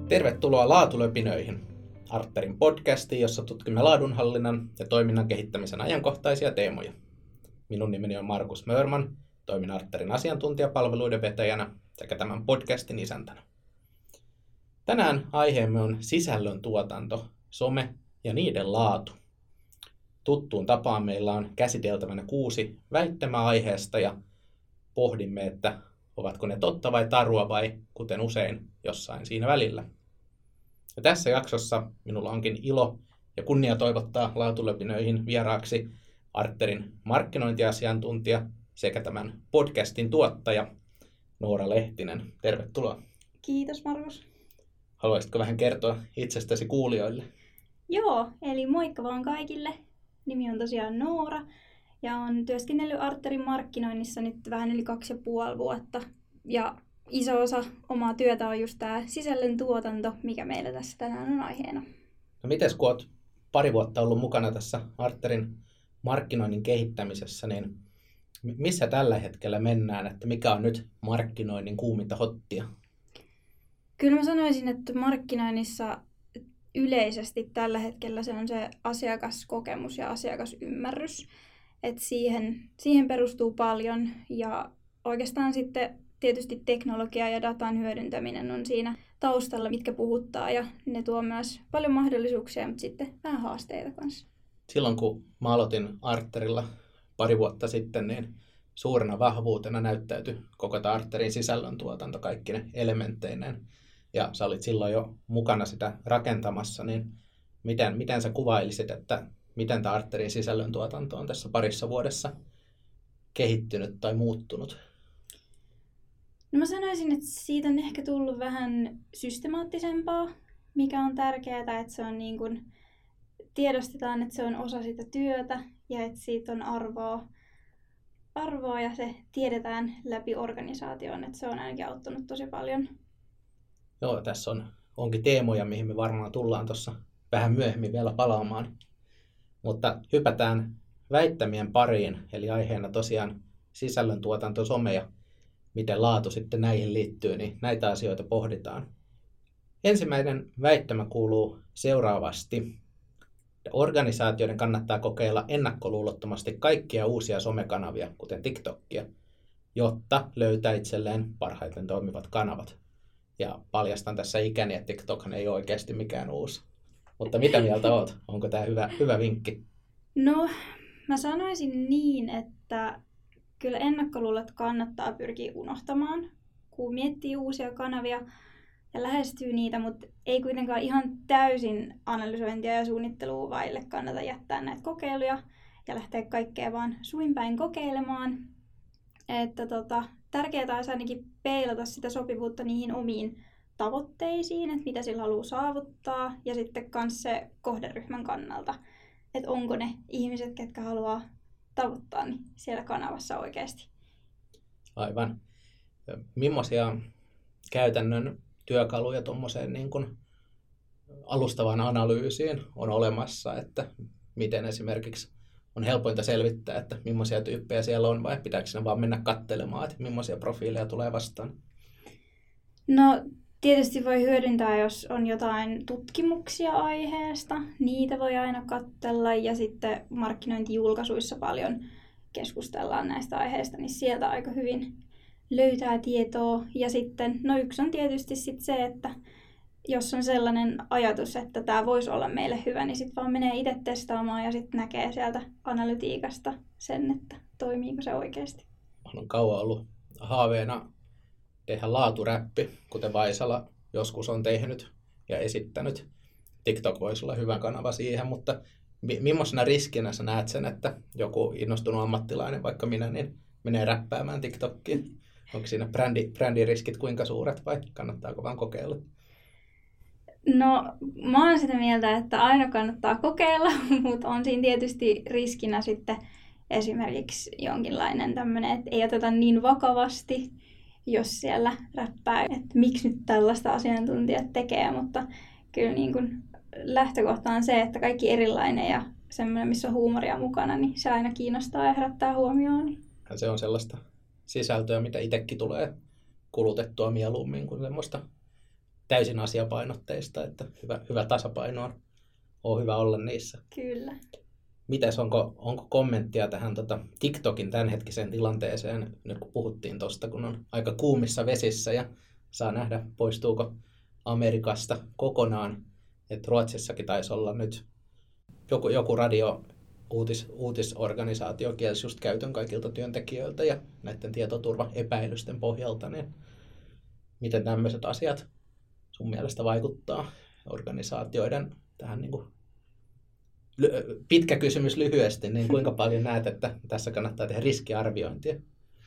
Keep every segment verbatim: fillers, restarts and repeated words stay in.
Tervetuloa Laatulöpinöihin, Arterin podcastiin, jossa tutkimme laadunhallinnan ja toiminnan kehittämisen ajankohtaisia teemoja. Minun nimeni on Markus Mörman, toimin Arterin asiantuntijapalveluiden vetäjänä sekä tämän podcastin isäntänä. Tänään aiheemme on sisällön tuotanto, some ja niiden laatu. Tuttuun tapaan meillä on käsiteltävänä kuusi väittämää aiheesta ja pohdimme, että ovatko ne totta vai tarua vai kuten usein jossain siinä välillä. Ja tässä jaksossa minulla onkin ilo ja kunnia toivottaa Laatulöpinöihin vieraaksi Arterin markkinointiasiantuntija sekä tämän podcastin tuottaja Noora Lehtinen. Tervetuloa. Kiitos Markus. Haluaisitko vähän kertoa itsestäsi kuulijoille? Joo, eli moikka vaan kaikille. Nimi on tosiaan Noora ja olen työskennellyt Arterin markkinoinnissa nyt vähän yli kaksi ja puoli vuotta. Ja iso osa omaa työtä on just tämä sisällön tuotanto, mikä meillä tässä tänään on aiheena. No mites kun olet pari vuotta ollut mukana tässä Arterin markkinoinnin kehittämisessä, niin missä tällä hetkellä mennään, että mikä on nyt markkinoinnin kuuminta hottia? Kyllä mä sanoisin, että markkinoinnissa yleisesti tällä hetkellä se on se asiakaskokemus ja asiakasymmärrys. Et siihen, siihen perustuu paljon ja oikeastaan sitten tietysti teknologia ja datan hyödyntäminen on siinä taustalla, mitkä puhuttaa ja ne tuo myös paljon mahdollisuuksia, mutta sitten vähän haasteita kanssa. Silloin kun mä aloitin Arterilla pari vuotta sitten, niin suurena vahvuutena näyttäytyi koko tämä Arterin sisällöntuotanto kaikkine elementteineen. Ja sä olit silloin jo mukana sitä rakentamassa, niin miten, miten sä kuvailisit, että miten tämä Arterin sisällöntuotanto on tässä parissa vuodessa kehittynyt tai muuttunut? No mä sanoisin, että siitä on ehkä tullut vähän systemaattisempaa, mikä on tärkeää, että se on niin kuin, tiedostetaan, että se on osa sitä työtä ja että siitä on arvoa, arvoa ja se tiedetään läpi organisaation, että se on ainakin auttanut tosi paljon. Joo, tässä on, onkin teemoja, mihin me varmaan tullaan tuossa vähän myöhemmin vielä palaamaan. Mutta hypätään väittämien pariin, eli aiheena tosiaan sisällöntuotanto, some ja miten laatu sitten näihin liittyy, niin näitä asioita pohditaan. Ensimmäinen väittämä kuuluu seuraavasti. Organisaatioiden kannattaa kokeilla ennakkoluulottomasti kaikkia uusia somekanavia, kuten TikTokia, jotta löytää itselleen parhaiten toimivat kanavat. Ja paljastan tässä ikäni, että TikTok ei ole oikeasti mikään uusi. Mutta mitä mieltä oot? Onko tämä hyvä, hyvä vinkki? No, mä sanoisin niin, että kyllä ennakkoluulot kannattaa pyrkiä unohtamaan, kun miettii uusia kanavia ja lähestyy niitä, mutta ei kuitenkaan ihan täysin analysointia ja suunnittelua vaille kannata jättää näitä kokeiluja ja lähteä kaikkea vaan suinpäin kokeilemaan. Että tota, tärkeää olisi ainakin peilata sitä sopivuutta niihin omiin tavoitteisiin, että mitä sillä haluaa saavuttaa ja sitten myös se kohderyhmän kannalta, että onko ne ihmiset, ketkä haluaa tavoittaa niin siellä kanavassa oikeasti. Aivan. Millaisia käytännön työkaluja tuommoiseen niin kuin alustavaan analyysiin on olemassa, että miten esimerkiksi on helpointa selvittää, että millaisia tyyppejä siellä on vai pitääkö sinne vaan mennä katselemaan, että millaisia profiileja tulee vastaan? No tietysti voi hyödyntää, jos on jotain tutkimuksia aiheesta. Niitä voi aina katsella ja sitten markkinointijulkaisuissa paljon keskustellaan näistä aiheista, niin sieltä aika hyvin löytää tietoa. Ja sitten, no yksi on tietysti sit se, että jos on sellainen ajatus, että tämä voisi olla meille hyvä, niin sitten vaan menee itse testaamaan ja sitten näkee sieltä analytiikasta sen, että toimiiko se oikeasti. On kauan ollut haaveena tehdä laaturäppi, kuten Vaisala joskus on tehnyt ja esittänyt. TikTok voisi olla hyvä kanava siihen, mutta millaisena riskinä sä näet sen, että joku innostunut ammattilainen, vaikka minä, niin menee räppäämään TikTokiin? Onko siinä brändi, brändiriskit kuinka suuret vai kannattaako vaan kokeilla? No, mä oon sitä mieltä, että aina kannattaa kokeilla, mutta on siinä tietysti riskinä sitten esimerkiksi jonkinlainen tämmöinen, että ei oteta niin vakavasti, jos siellä räppää, että miksi nyt tällaista asiantuntijat tekee, mutta kyllä niin kuin lähtökohta on se, että kaikki erilainen ja semmoinen, missä on huumoria mukana, niin se aina kiinnostaa ja herättää huomioon. Se on sellaista sisältöä, mitä itsekin tulee kulutettua mieluummin kuin semmoista täysin asiapainotteista, että hyvä, hyvä tasapaino on, on hyvä olla niissä. Kyllä. Mites, onko, onko kommenttia tähän tota, TikTokin tämänhetkiseen tilanteeseen, nyt kun puhuttiin tuosta, kun on aika kuumissa vesissä ja saa nähdä, poistuuko Amerikasta kokonaan. Et Ruotsissakin taisi olla nyt joku, joku radio uutis, uutisorganisaatio kielsi just käytön kaikilta työntekijöiltä ja näiden tietoturvaepäilysten pohjalta. Niin miten tämmöiset asiat sun mielestä vaikuttaa organisaatioiden tähän niin kuin pitkä kysymys lyhyesti, niin kuinka paljon näet, että tässä kannattaa tehdä riskiarviointia?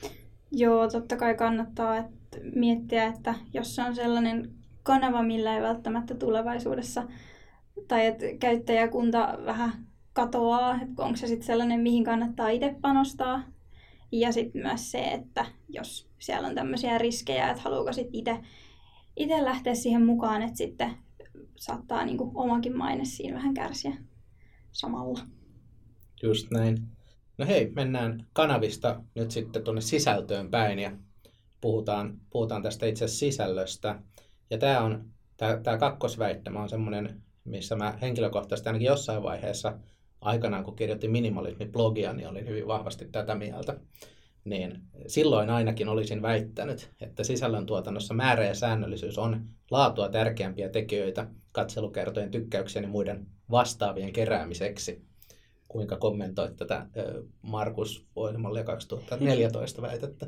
Joo, totta kai kannattaa että miettiä, että jos se on sellainen kanava, millä ei välttämättä tulevaisuudessa, tai että käyttäjäkunta vähän katoaa, että onko se sitten sellainen, mihin kannattaa itse panostaa. Ja sitten myös se, että jos siellä on tämmöisiä riskejä, että haluuko sitten itse itse lähteä siihen mukaan, että sitten saattaa niinku omakin maine siinä vähän kärsiä samalla. Just näin. No hei, mennään kanavista nyt sitten tuonne sisältöön päin ja puhutaan, puhutaan tästä itse sisällöstä. Ja tämä on, tämä, tämä kakkosväittämä on semmoinen, missä mä henkilökohtaisesti ainakin jossain vaiheessa aikanaan, kun kirjoitin minimalismi-blogia, niin olin hyvin vahvasti tätä mieltä. Niin silloin ainakin olisin väittänyt, että sisällöntuotannossa määrä ja säännöllisyys on laatua tärkeämpiä tekijöitä katselukertojen, tykkäyksien ja muiden vastaavien keräämiseksi. Kuinka kommentoit tätä Markus Voimalle kaksituhattaneljätoista väitettä?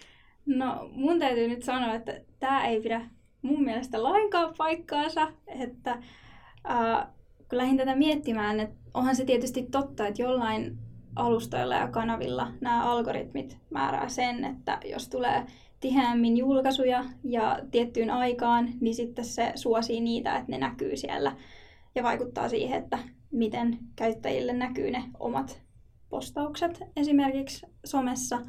No mun täytyy nyt sanoa, että tämä ei pidä mun mielestä lainkaan paikkaansa, että äh, kun lähdin tätä miettimään, että onhan se tietysti totta, että jollain alustoilla ja kanavilla nämä algoritmit määrää sen, että jos tulee tiheämmin julkaisuja ja tiettyyn aikaan, niin sitten se suosii niitä, että ne näkyy siellä ja vaikuttaa siihen, että miten käyttäjille näkyy ne omat postaukset esimerkiksi somessa,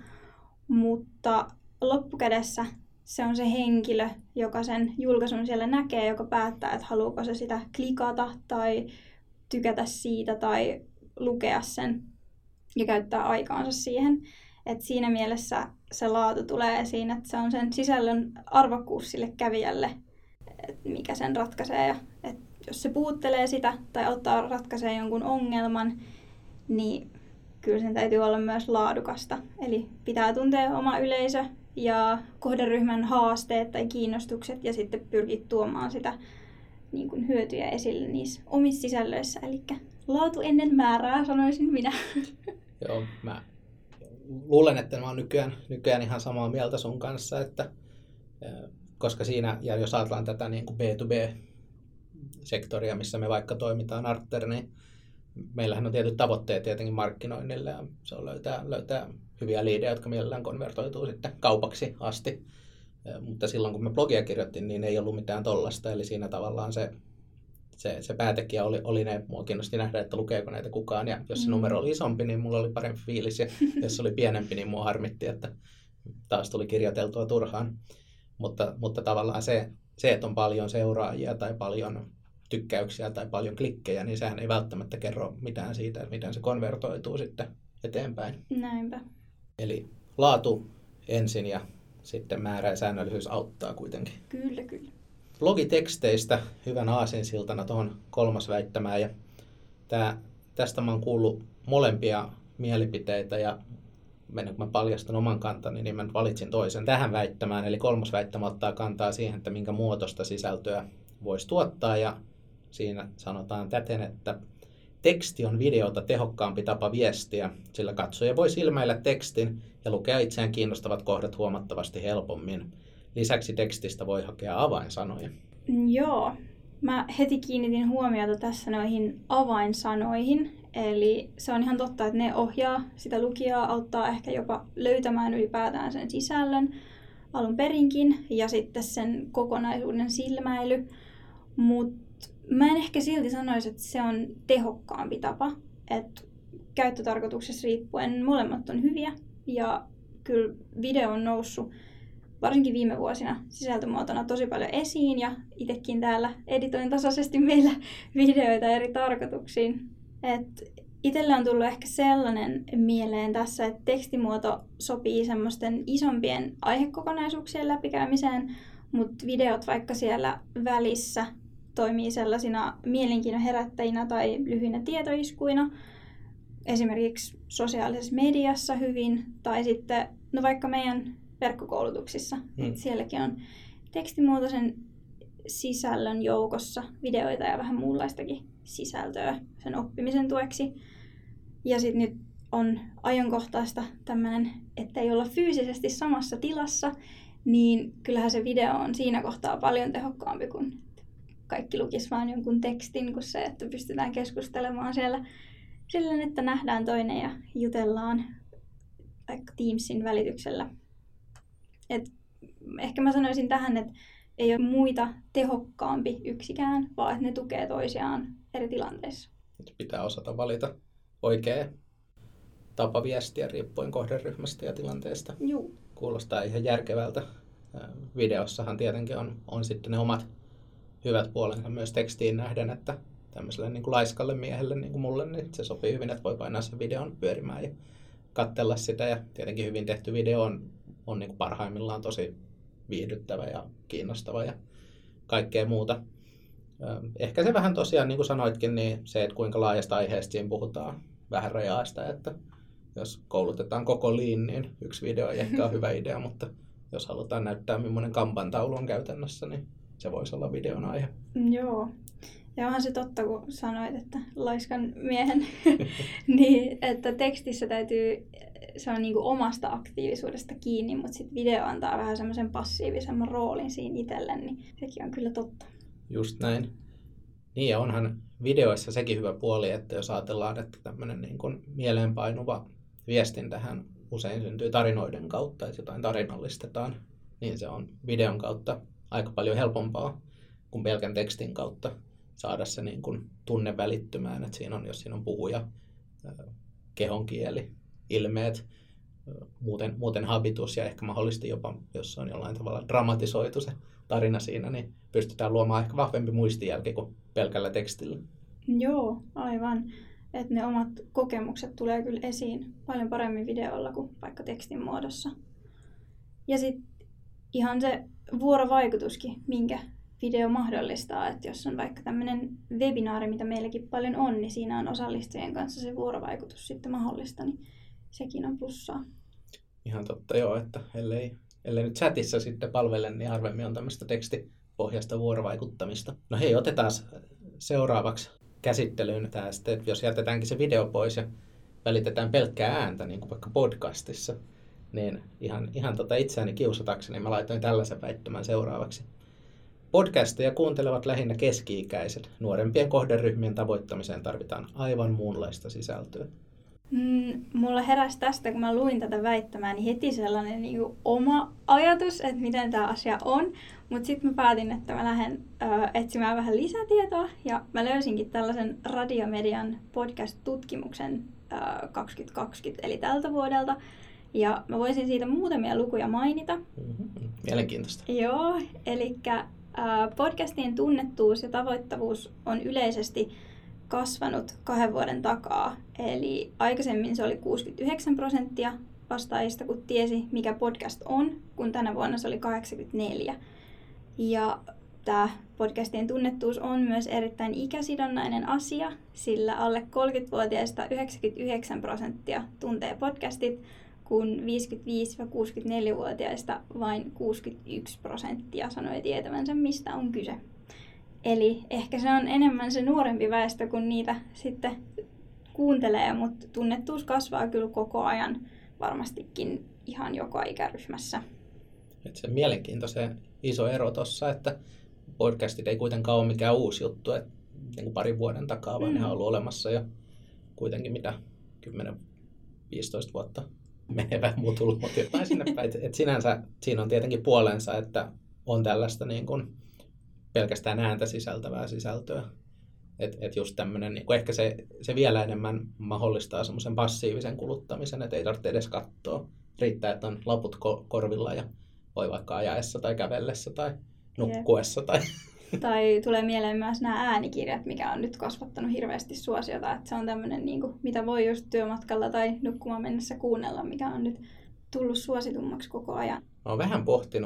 mutta loppukädessä se on se henkilö, joka sen julkaisun siellä näkee, joka päättää, että haluuko se sitä klikata tai tykätä siitä tai lukea sen ja käyttää aikaansa siihen. Et siinä mielessä se laatu tulee esiin, että se on sen sisällön arvokkuus sille kävijälle, mikä sen ratkaisee. Ja, et jos se puuttelee sitä tai auttaa ratkaisee jonkun ongelman, niin kyllä sen täytyy olla myös laadukasta. Eli pitää tuntea oma yleisö ja kohderyhmän haasteet tai kiinnostukset ja sitten pyrkiä tuomaan sitä niin kuin hyötyjä esille niissä omissa sisällöissä. Eli laatu ennen määrää, sanoisin minä. Joo, mä luulen, että mä oon nykyään, nykyään ihan samaa mieltä sun kanssa, että koska siinä, ja jos ajatellaan tätä niin kuin B to B-sektoria, missä me vaikka toimitaan Artter, niin meillähän on tietyt tavoitteet tietenkin markkinoinnille, ja se on löytää, löytää hyviä liidejä, jotka mielellään konvertoituu sitten kaupaksi asti. Mutta silloin kun me blogia kirjoittiin, niin ei ollut mitään tollasta, eli siinä tavallaan se Se, se päätekijä oli, oli ne, mua kiinnosti nähdä, että lukeeko näitä kukaan, ja jos se mm. numero oli isompi, niin mulla oli parempi fiilis, ja jos se oli pienempi, niin mua harmitti, että taas tuli kirjoiteltua turhaan. Mutta, mutta tavallaan se, se, että on paljon seuraajia tai paljon tykkäyksiä tai paljon klikkejä, niin sehän ei välttämättä kerro mitään siitä, että miten se konvertoituu sitten eteenpäin. Näinpä. Eli laatu ensin ja sitten määrä ja säännöllisyys auttaa kuitenkin. Kyllä, kyllä. Blogiteksteistä hyvän aasinsiltana tuohon kolmas väittämään. Ja tää, tästä mä oon kuullut molempia mielipiteitä ja ennen kuin mä paljastan oman kantani, niin mä valitsin toisen tähän väittämään. Eli kolmas väittämä ottaa kantaa siihen, että minkä muotoista sisältöä voisi tuottaa. Ja siinä sanotaan täten, että teksti on videota tehokkaampi tapa viestiä, sillä katsoja voi silmäillä tekstin ja lukea itseään kiinnostavat kohdat huomattavasti helpommin. Lisäksi tekstistä voi hakea avainsanoja. Joo. Mä heti kiinnitin huomiota tässä noihin avainsanoihin. Eli se on ihan totta, että ne ohjaa sitä lukijaa, auttaa ehkä jopa löytämään ylipäätään sen sisällön alun perinkin ja sitten sen kokonaisuuden silmäily. Mutta mä en ehkä silti sanoisi, että se on tehokkaampi tapa. Et käyttötarkoituksessa riippuen molemmat on hyviä ja kyllä video on noussut varsinkin viime vuosina sisältömuotona tosi paljon esiin ja itsekin täällä editoin tasaisesti meillä videoita eri tarkoituksiin. Et itselle on tullut ehkä sellainen mieleen tässä, että tekstimuoto sopii semmoisten isompien aihekokonaisuuksien läpikäymiseen, mutta videot vaikka siellä välissä toimii sellaisina mielenkiinnon herättäjinä tai lyhyinä tietoiskuina, esimerkiksi sosiaalisessa mediassa hyvin, tai sitten no vaikka meidän verkkokoulutuksissa. Mm. Sielläkin on tekstimuotoisen sisällön joukossa videoita ja vähän muunlaistakin sisältöä sen oppimisen tueksi. Ja sitten nyt on ajankohtaista tämmöinen, että ei olla fyysisesti samassa tilassa, niin kyllähän se video on siinä kohtaa paljon tehokkaampi kuin kaikki lukisi vaan jonkun tekstin, kuin se, että pystytään keskustelemaan siellä silleen, että nähdään toinen ja jutellaan vaikka Teamsin välityksellä. Et ehkä mä sanoisin tähän, että ei ole muita tehokkaampi yksikään, vaan että ne tukee toisiaan eri tilanteissa. Pitää osata valita oikea tapa viestiä riippuen kohderyhmästä ja tilanteesta. Juu. Kuulostaa ihan järkevältä. Videossahan tietenkin on, on sitten ne omat hyvät puolensa myös tekstiin nähden, että tämmöiselle niin kuin laiskalle miehelle niin kuin mulle, niin se sopii hyvin, että voi painaa sen videon pyörimään ja katsella sitä. Ja tietenkin hyvin tehty video on, on niin kuin parhaimmillaan tosi viihdyttävä ja kiinnostava ja kaikkea muuta. Ehkä se vähän tosiaan, niin kuin sanoitkin, niin se, että kuinka laajasta aiheesta siinä puhutaan, vähän rajaa sitä, että jos koulutetaan koko liin, niin yksi video ei ehkä ole hyvä idea, mutta jos halutaan näyttää, millainen kampantaulu on käytännössä, niin se voisi olla videon aihe. Joo. Ja onhan se totta, kun sanoit, että laiskan miehen, niin että tekstissä täytyy, se on niin kuin omasta aktiivisuudesta kiinni, mutta sitten video antaa vähän semmoisen passiivisemman roolin siinä itselle, niin sekin on kyllä totta. Just näin. Niin ja onhan videoissa sekin hyvä puoli, että jos ajatellaan, että tämmöinen niin kuin mieleenpainuva viestintähän usein syntyy tarinoiden kautta, että jotain tarinallistetaan, niin se on videon kautta aika paljon helpompaa kuin pelkän tekstin kautta saada se niin kuin tunne välittymään, että siinä on, jos siinä on puhuja, kehonkieli, ilmeet, muuten, muuten habitus ja ehkä mahdollisesti jopa, jos on jollain tavalla dramatisoitu se tarina siinä, niin pystytään luomaan ehkä vahvempi muistijälki kuin pelkällä tekstillä. Joo, aivan. Että ne omat kokemukset tulee kyllä esiin paljon paremmin videolla kuin vaikka tekstin muodossa. Ja sitten ihan se vuorovaikutuskin, minkä video mahdollistaa, että jos on vaikka tämmöinen webinaari, mitä meilläkin paljon on, niin siinä on osallistujien kanssa se vuorovaikutus sitten mahdollista, niin sekin on plussaa. Ihan totta joo, että ellei, ellei nyt chatissa sitten palvele, niin harvemmin on tämmöistä tekstipohjaista vuorovaikuttamista. No hei, otetaan seuraavaksi käsittelyyn tämä sitten, että jos jätetäänkin se video pois ja välitetään pelkkää ääntä, niin kuin vaikka podcastissa, niin ihan, ihan tota itseäni kiusatakseni mä laitoin tällaisen väittämän seuraavaksi. Podcasteja kuuntelevat lähinnä keski-ikäiset. Nuorempien kohderyhmien tavoittamiseen tarvitaan aivan muunlaista sisältöä. Mm, mulla heräsi tästä, kun mä luin tätä väittämää, niin heti sellainen niin kuin oma ajatus, että miten tämä asia on. Mutta sitten mä päätin, että mä lähden ö, etsimään vähän lisätietoa. Ja mä löysinkin tällaisen Radiomedian podcast-tutkimuksen ö, kaksituhattakaksikymmentä, eli tältä vuodelta. Ja mä voisin siitä muutamia lukuja mainita. Mm-hmm. Mielenkiintoista. Joo, eli podcastien tunnettuus ja tavoittavuus on yleisesti kasvanut kahden vuoden takaa. Eli aikaisemmin se oli kuusikymmentäyhdeksän prosenttia vastaajista, kun tiesi, mikä podcast on, kun tänä vuonna se oli kahdeksankymmentäneljä. Ja tämä podcastien tunnettuus on myös erittäin ikäsidonnainen asia, sillä alle kolmekymmentävuotiaista yhdeksänkymmentäyhdeksän prosenttia tuntee podcastit, kun viisikymmentäviisi-kuusikymmentäneljä-vuotiaista vain kuusikymmentäyksi prosenttia sanoi tietävänsä, mistä on kyse. Eli ehkä se on enemmän se nuorempi väestö, kun niitä sitten kuuntelee, mutta tunnettuus kasvaa kyllä koko ajan varmastikin ihan joka ikäryhmässä. Et se mielenkiintoinen iso ero tuossa, että podcastit ei kuitenkaan ole mikään uusi juttu, että niin kuin parin vuoden takaa, vaan mm. ne on ollut olemassa jo kuitenkin mitä kymmenen viisitoista vuotta menevä mutulla, mutta jotain sinne päin. Et sinänsä siinä on tietenkin puolensa, että on tällaista niin kuin pelkästään ääntä sisältävää sisältöä. Että et just tämmöinen, niin ehkä se, se vielä enemmän mahdollistaa semmoisen passiivisen kuluttamisen, että ei tarvitse edes katsoa. Riittää, että on laput ko- korvilla ja voi vaikka ajaessa tai kävellessä tai nukkuessa. Tai, tai tulee mieleen myös nämä äänikirjat, mikä on nyt kasvattanut hirveästi suosiota. Että se on tämmöinen, niin kuin, mitä voi just työmatkalla tai nukkumaan mennessä kuunnella, mikä on nyt tullut suositummaksi koko ajan. Mä oon vähän pohtinut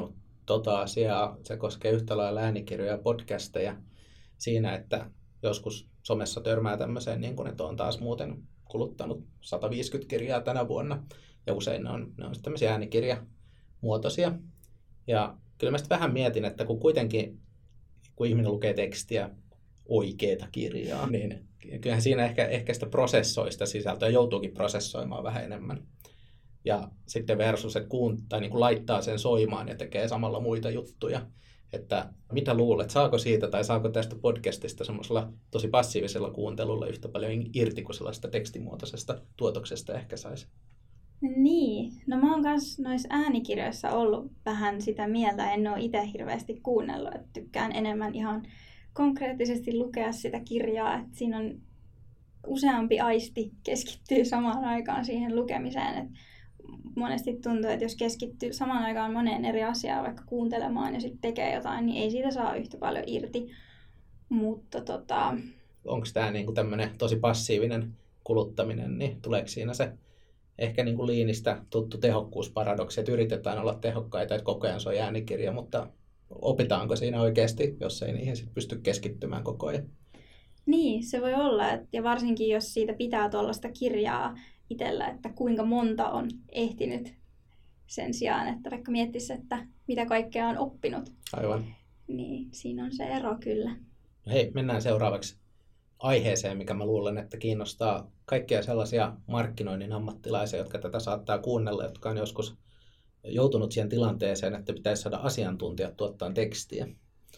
tota asiaa. Se koskee yhtä lailla äänikirjoja ja podcasteja siinä, että joskus somessa törmää tämmöiseen, niin kun, että on taas muuten kuluttanut sata viisikymmentä kirjaa tänä vuonna. Ja usein ne on, ne on tämmöisiä äänikirjamuotoisia. Ja kyllä mä sitten vähän mietin, että kun kuitenkin, kun ihminen lukee tekstiä, oikeaa kirjaa, niin kyllähän siinä ehkä, ehkä sitä prosessoi sitä sisältöä, joutuukin prosessoimaan vähän enemmän. Ja sitten versus, että kuun, tai niin kuin laittaa sen soimaan ja tekee samalla muita juttuja. Että mitä luulet, saako siitä tai saako tästä podcastista semmoisella tosi passiivisella kuuntelulla yhtä paljon irti kuin sellaista tekstimuotoisesta tuotoksesta ehkä saisi? Niin, no mä oon kanssa noissa äänikirjoissa ollut vähän sitä mieltä, en oo itse hirveästi kuunnellut, että tykkään enemmän ihan konkreettisesti lukea sitä kirjaa, että siinä on useampi aisti keskittyy samaan aikaan siihen lukemiseen, että monesti tuntuu, että jos keskittyy samaan aikaan moneen eri asiaan vaikka kuuntelemaan ja sitten tekee jotain, niin ei siitä saa yhtä paljon irti, mutta tota... Onko tämä niinku tämmöinen tosi passiivinen kuluttaminen, niin tuleeko siinä se ehkä niin kuin Liinistä tuttu tehokkuusparadoksi, että yritetään olla tehokkaita, että koko ajan se on äänikirja, mutta opitaanko siinä oikeasti, jos ei niihin sit pysty keskittymään koko ajan? Niin, se voi olla, ja varsinkin jos siitä pitää tuollaista kirjaa itsellä, että kuinka monta on ehtinyt sen sijaan, että vaikka miettisi, että mitä kaikkea on oppinut. Aivan. Niin, siinä on se ero kyllä. No hei, mennään seuraavaksi aiheeseen, mikä mä luulen, että kiinnostaa kaikkia sellaisia markkinoinnin ammattilaisia, jotka tätä saattaa kuunnella, jotka on joskus joutunut siihen tilanteeseen, että pitäisi saada asiantuntijat tuottaa tekstiä.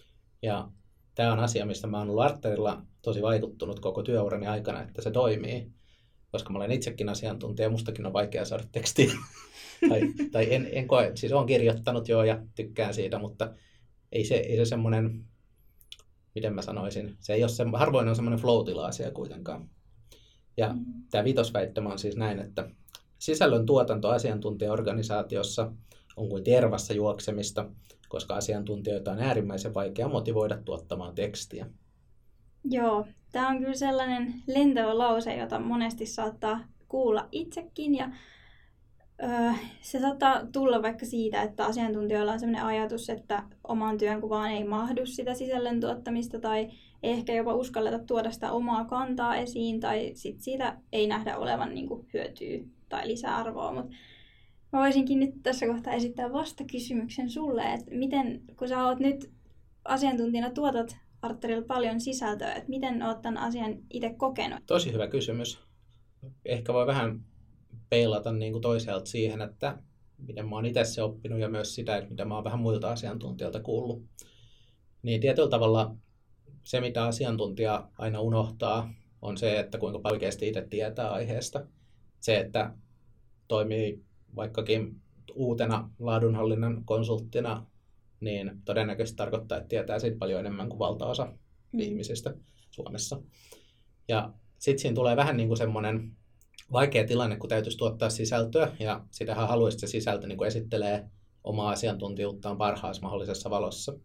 Ja tämä on asia, mistä mä oon ollut Artterilla tosi vaikuttunut koko työurani aikana, että se toimii, koska mä olen itsekin asiantuntija, mustakin on vaikea saada tekstiä. tai tai en, en koe, siis olen kirjoittanut jo ja tykkään siitä, mutta ei se, ei se semmoinen, miten mä sanoisin, se ei ole se, harvoin on semmoinen flow-tila-asia kuitenkaan. Ja mm. tämä vitosväittämä on siis näin, että sisällön tuotanto asiantuntijaorganisaatiossa on kuin tervassa juoksemista, koska asiantuntijoita on äärimmäisen vaikea motivoida tuottamaan tekstiä. Joo, tämä on kyllä sellainen lentävä lause, jota monesti saattaa kuulla itsekin. Ja, öö, se saattaa tulla vaikka siitä, että asiantuntijoilla on sellainen ajatus, että omaan työnkuvaan ei mahdu sitä sisällön tuottamista tai ei ehkä jopa uskalleta tuoda sitä omaa kantaa esiin tai sit siitä ei nähdä olevan niin kuin hyötyä tai lisäarvoa. Mut mä voisinkin nyt tässä kohtaa esittää vastakysymyksen sulle, että miten, kun sä oot nyt asiantuntijana tuotat Artterilla paljon sisältöä, että miten oot tämän asian itse kokenut? Tosi hyvä kysymys. Ehkä voi vähän peilata niin kuin toisaalta siihen, että miten mä oon itse se oppinut ja myös sitä, että mitä mä oon vähän muilta asiantuntijoilta kuullut. Niin tietyllä tavalla se, mitä asiantuntija aina unohtaa, on se, että kuinka paljon oikeasti itse tietää aiheesta. Se, että toimii vaikkakin uutena laadunhallinnan konsulttina, niin todennäköisesti tarkoittaa, että tietää siitä paljon enemmän kuin valtaosa mm. ihmisistä Suomessa. Ja sitten siinä tulee vähän niin kuin semmoinen vaikea tilanne, kun täytyisi tuottaa sisältöä, ja sitähän haluaisi, että se sisältö niin kuin esittelee omaa asiantuntijuuttaan parhaassa mahdollisessa valossa.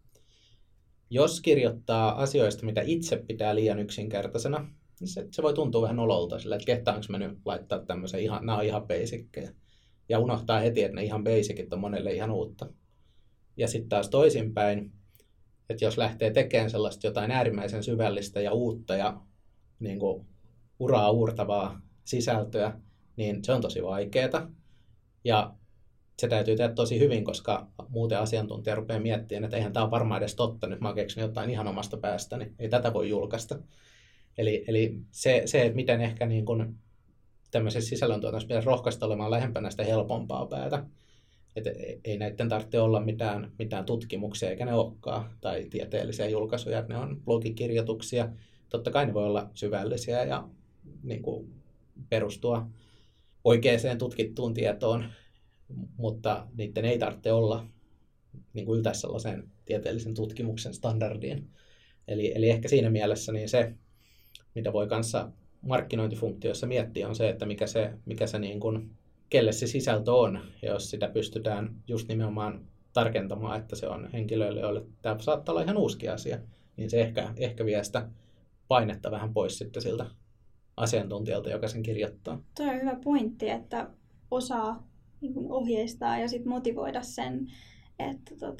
Jos kirjoittaa asioista, mitä itse pitää liian yksinkertaisena, niin se, se voi tuntua vähän ololta, sillä että kehtaanko mä nyt laittaa tämmöisen, ihan, nämä on ihan basickejä. Ja unohtaa heti, että ne ihan basicit on monelle ihan uutta. Ja sitten taas toisinpäin, että jos lähtee tekemään sellaista jotain äärimmäisen syvällistä ja uutta ja niin kuin uraa uurtavaa sisältöä, niin se on tosi vaikeaa. Ja se täytyy tehdä tosi hyvin, koska muuten asiantuntija rupeaa miettimään, että eihän tämä ole varmaan edes totta, nyt mä oon keksinyt jotain ihan omasta päästäni, ei tätä voi julkaista. Eli, eli se, se, että miten ehkä niin kuin tämmöisessä sisällöntuotannossa pitäisi rohkaista olemaan lähempänä sitä helpompaa päätä. Että ei näiden tarvitse olla mitään, mitään tutkimuksia, eikä ne olekaan, tai tieteellisiä julkaisuja, että ne on blogikirjoituksia. Totta kai ne voi olla syvällisiä ja niin kuin perustua oikeaan tutkittuun tietoon, mutta niiden ei tarvitse olla niin kuin yltäisi sellaiseen tieteellisen tutkimuksen standardiin. Eli, eli ehkä siinä mielessä niin se, mitä voi kanssa markkinointifunktioissa miettiä, on se, että mikä se, mikä se niin kuin, kelle se sisältö on, ja jos sitä pystytään just nimenomaan tarkentamaan, että se on henkilöille, joille tämä saattaa olla ihan uusi asia, niin se ehkä, ehkä vie sitä painetta vähän pois sitten siltä asiantuntijalta, joka sen kirjoittaa. Tuo on hyvä pointti, että osaa niin kuin ohjeistaa ja sit motivoida sen, että tota,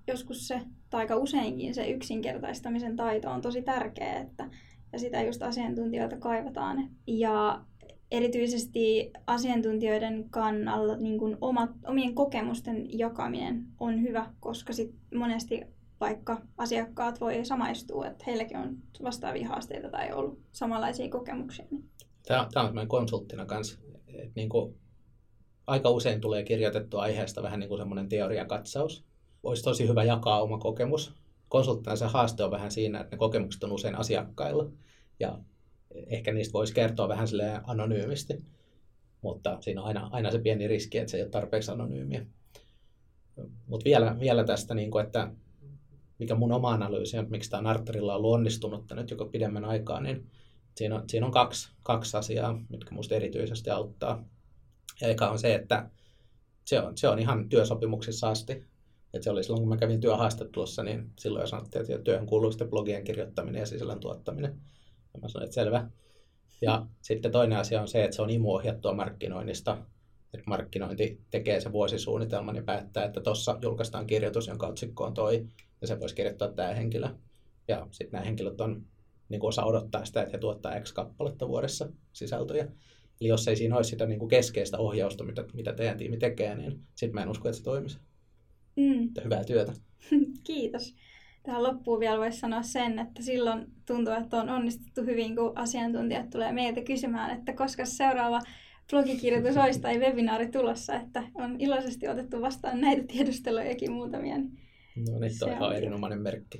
joskus se, tai aika useinkin se yksinkertaistamisen taito on tosi tärkeä, että, ja sitä just asiantuntijoilta kaivataan. Ja erityisesti asiantuntijoiden kannalla niin kuin omat, omien kokemusten jakaminen on hyvä, koska sit monesti vaikka asiakkaat voi samaistua, että heilläkin on vastaavia haasteita tai ollut samanlaisia kokemuksia. Tämä on, tämä on meidän konsulttina kanssa. Että niin kuin aika usein tulee kirjoitettua aiheesta vähän niin kuin semmoinen teoriakatsaus. Olisi tosi hyvä jakaa oma kokemus. Konsulttina se haaste on vähän siinä, että ne kokemukset on usein asiakkailla. Ja ehkä niistä voisi kertoa vähän silleen anonyymisti. Mutta siinä on aina, aina se pieni riski, että se ei ole tarpeeksi anonyymiä. Mutta vielä, vielä tästä, niin kuin, että mikä mun oma analyysi on, että miksi tämä Arterilla on ollut onnistunutta nyt joko pidemmän aikaa, niin siinä on, siinä on kaksi, kaksi asiaa, mitkä minusta erityisesti auttaa. Ja eka on se, että se on, se on ihan työsopimuksissa asti. Että se oli silloin, kun mä kävin työhaastattelussa, niin silloin jo sanottiin, että työhön kuuluu sitten blogien kirjoittaminen ja sisällön tuottaminen. Ja mä sanoin, että selvä. Ja sitten toinen asia on se, että se on imuohjattua markkinoinnista. Että markkinointi tekee se vuosisuunnitelman ja päättää, että tuossa julkaistaan kirjoitus, jonka otsikko on toi, ja se voisi kirjoittaa tämä henkilö. Ja sitten nämä henkilöt on, niin kuin osa odottaa sitä, että he tuottaa X kappaletta vuodessa sisältöjä. Eli jos ei siinä olisi sitä niin kuin keskeistä ohjausta, mitä, mitä teidän tiimi tekee, niin sitten mä en usko, että se toimisi. Mm. Hyvää työtä. Kiitos. Tähän loppuun vielä voisi sanoa sen, että silloin tuntuu, että on onnistuttu hyvin, kun asiantuntijat tulee meiltä kysymään, että koska seuraava blogikirjoitus olisi tai webinaari tulossa, että on iloisesti otettu vastaan näitä tiedustelujakin muutamia. Niin no niin, toi on erinomainen merkki.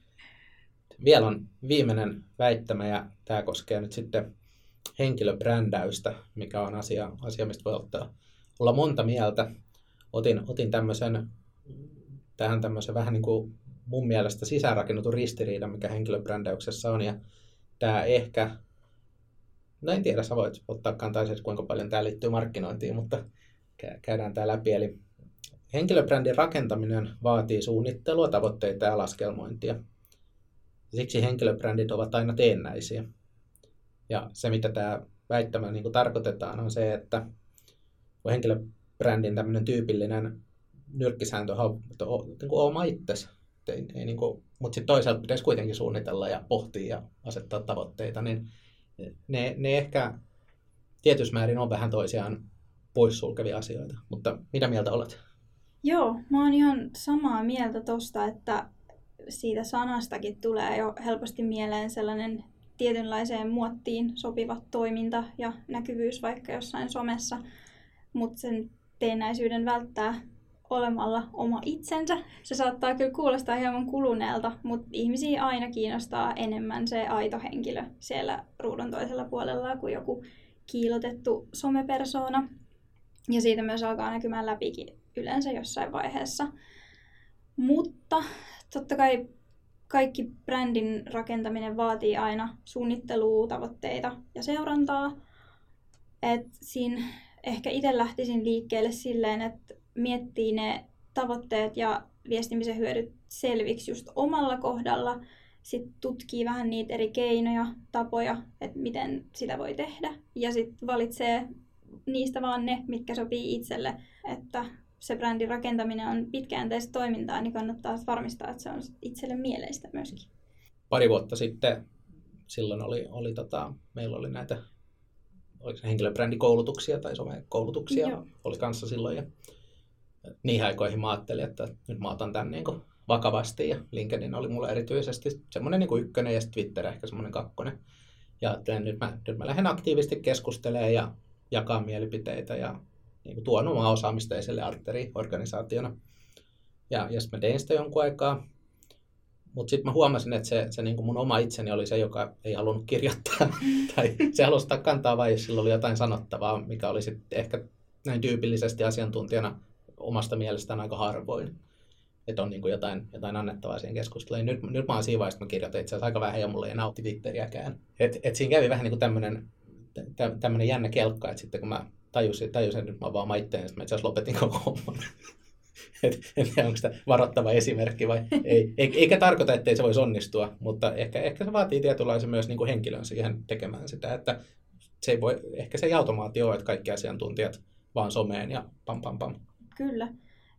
Vielä on viimeinen väittämä, ja tämä koskee nyt sitten henkilöbrändäystä, mikä on asia, asia mistä voi ottaa, olla monta mieltä. Otin, otin tämmöisen, tähän tämmöisen vähän niin kuin mun mielestä sisäänrakennutun ristiriidan, mikä henkilöbrändäyksessä on, ja tämä ehkä, no en tiedä, sä voit ottaa kantaa se, kuinka paljon tämä liittyy markkinointiin, mutta käydään tämä läpi. Eli henkilöbrändin rakentaminen vaatii suunnittelua, tavoitteita ja laskelmointia. Siksi henkilöbrändit ovat aina teennäisiä. Ja se, mitä tämä väittämä niin kuin tarkoitetaan, on se, että henkilöbrändin tämmöinen tyypillinen nyrkkisääntö on niin kuin oma itsesi. Ei, ei, niin kuin, mutta sitten toisaalta pitäisi kuitenkin suunnitella ja pohtia ja asettaa tavoitteita, niin ne, ne ehkä tietyssä määrin on vähän toisiaan poissulkevia asioita. Mutta mitä mieltä olet? Joo, mä oon ihan samaa mieltä tosta, että siitä sanastakin tulee jo helposti mieleen sellainen tietynlaiseen muottiin sopiva toiminta ja näkyvyys vaikka jossain somessa, mutta sen teennäisyyden välttää olemalla oma itsensä. Se saattaa kyllä kuulostaa hieman kuluneelta, mutta ihmisiä aina kiinnostaa enemmän se aito henkilö siellä ruudun toisella puolella kuin joku kiilotettu somepersoona. Ja siitä myös alkaa näkymään läpikin yleensä jossain vaiheessa. Mutta totta kai kaikki brändin rakentaminen vaatii aina suunnittelua, tavoitteita ja seurantaa. Et siinä ehkä itse lähtisin liikkeelle silleen, että miettii ne tavoitteet ja viestimisen hyödyt selviksi just omalla kohdalla. Sitten tutkii vähän niitä eri keinoja, tapoja, että miten sitä voi tehdä. Ja sitten valitsee niistä vaan ne, mitkä sopii itselle. Että se brändin rakentaminen on pitkäjänteistä toimintaa, niin kannattaa varmistaa, että se on itselle mieleistä myöskin. Pari vuotta sitten silloin oli, oli tota, meillä oli näitä oliko henkilöbrändikoulutuksia tai somekoulutuksia. Joo. Oli kanssa silloin. Ja niihin aikoihin mä ajattelin, että nyt mä otan tämän niin kuin vakavasti. Ja LinkedIn oli mulle erityisesti semmoinen niin kuin ykkönen ja Twitter ehkä semmoinen kakkonen. Ja ajattelin, nyt mä, nyt mä lähden aktiivisesti keskustelemaan ja jakaa mielipiteitä ja niin kuin tuon omaa osaamista esille Arteri-organisaationa. Ja, ja sitten mä tein sitä jonkun aikaa. Mutta sitten mä huomasin, että se, se niin kuin mun oma itseni oli se, joka ei halunnut kirjoittaa. tai se halusi ottaa kantaa vain, jos sillä oli jotain sanottavaa, mikä oli sitten ehkä näin tyypillisesti asiantuntijana omasta mielestään aika harvoin. Että on niin kuin jotain, jotain annettavaa siihen keskusteluun. Nyt, nyt mä oon siinä vaiheessa, että mä kirjoitin itse asiassa aika vähän ja mulla ei nautti Twitteriäkään. Et, et siinä kävi vähän niin kuin tämmöinen tämmöinen jännä kelkka, että sitten kun mä tajusin, tajusin että nyt mä oon vaan mä itteen, niin mä itse asiassa lopetin koko homman. Et, en tiedä, onko sitä varoittava esimerkki vai ei. Eikä tarkoita, ettei se voisi onnistua, mutta ehkä, ehkä se vaatii tietynlaisen myös niin kuin henkilön siihen tekemään sitä, että se ei voi, ehkä se ei automaatio ole, että kaikki asiantuntijat vaan someen ja pam pam pam. Kyllä.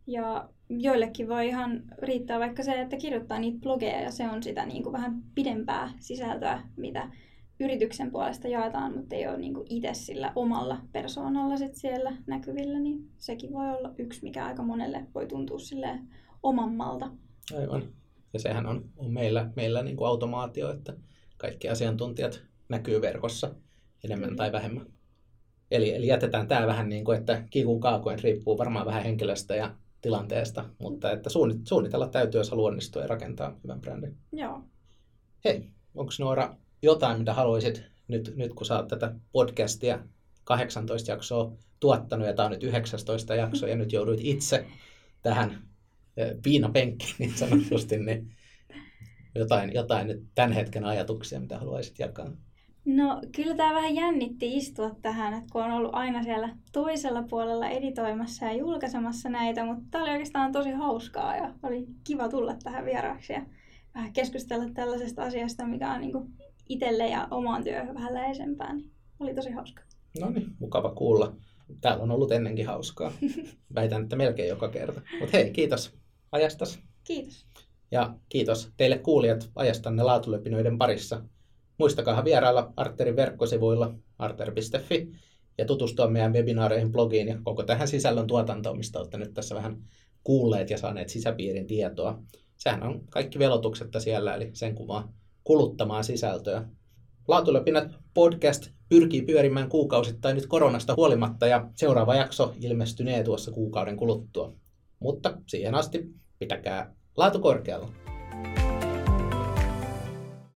Ja joillekin voi ihan riittää vaikka se, että kirjoittaa niitä blogeja ja se on sitä niin kuin vähän pidempää sisältöä, mitä yrityksen puolesta jaetaan, mutta ei ole niin kuin itse sillä omalla persoonalla sit siellä näkyvillä, niin sekin voi olla yksi, mikä aika monelle voi tuntua silleen omammalta. Aivan. Ja sehän on, on meillä, meillä niin kuin automaatio, että kaikki asiantuntijat näkyy verkossa enemmän mm. tai vähemmän. Eli, eli jätetään tämä vähän niin kuin, että kiikun kaakuen riippuu varmaan vähän henkilöstä ja tilanteesta, mutta että suunnitella täytyy, jos haluaa onnistua ja rakentaa hyvän brändin. Joo. Hei, onko Noora jotain, mitä haluaisit nyt, nyt kun sä oot tätä podcastia kahdeksantoista jaksoa tuottanut ja tämä on nyt yhdeksäntoista jakso ja nyt jouduit itse tähän viinapenkkiin niin sanotusti, niin jotain, jotain nyt tämän hetken ajatuksia, mitä haluaisit jakaa? No kyllä tämä vähän jännitti istua tähän, että kun on ollut aina siellä toisella puolella editoimassa ja julkaisemassa näitä, mutta tämä oli oikeastaan tosi hauskaa ja oli kiva tulla tähän vieraaksi ja vähän keskustella tällaisesta asiasta, mikä on niinku itselle ja omaan työhön vähän läheisempää, niin oli tosi hauskaa. No niin, mukava kuulla. Täällä on ollut ennenkin hauskaa. Väitän, että melkein joka kerta. Mutta hei, kiitos ajastasi. Kiitos. Ja kiitos teille kuulijat ajastanne laatulöpinöiden parissa. Muistakaa vierailla Arterin verkkosivuilla arter piste fi ja tutustua meidän webinaareihin, blogiin ja koko tähän sisällön tuotantoon, mistä olette nyt tässä vähän kuulleet ja saaneet sisäpiirin tietoa. Sehän on kaikki velotuksetta siellä, eli sen kuvaa kuluttamaan sisältöä. Laatulöpinät podcast pyrkii pyörimään kuukausittain nyt koronasta huolimatta ja seuraava jakso ilmestynee tuossa kuukauden kuluttua. Mutta siihen asti pitäkää laatu korkealla.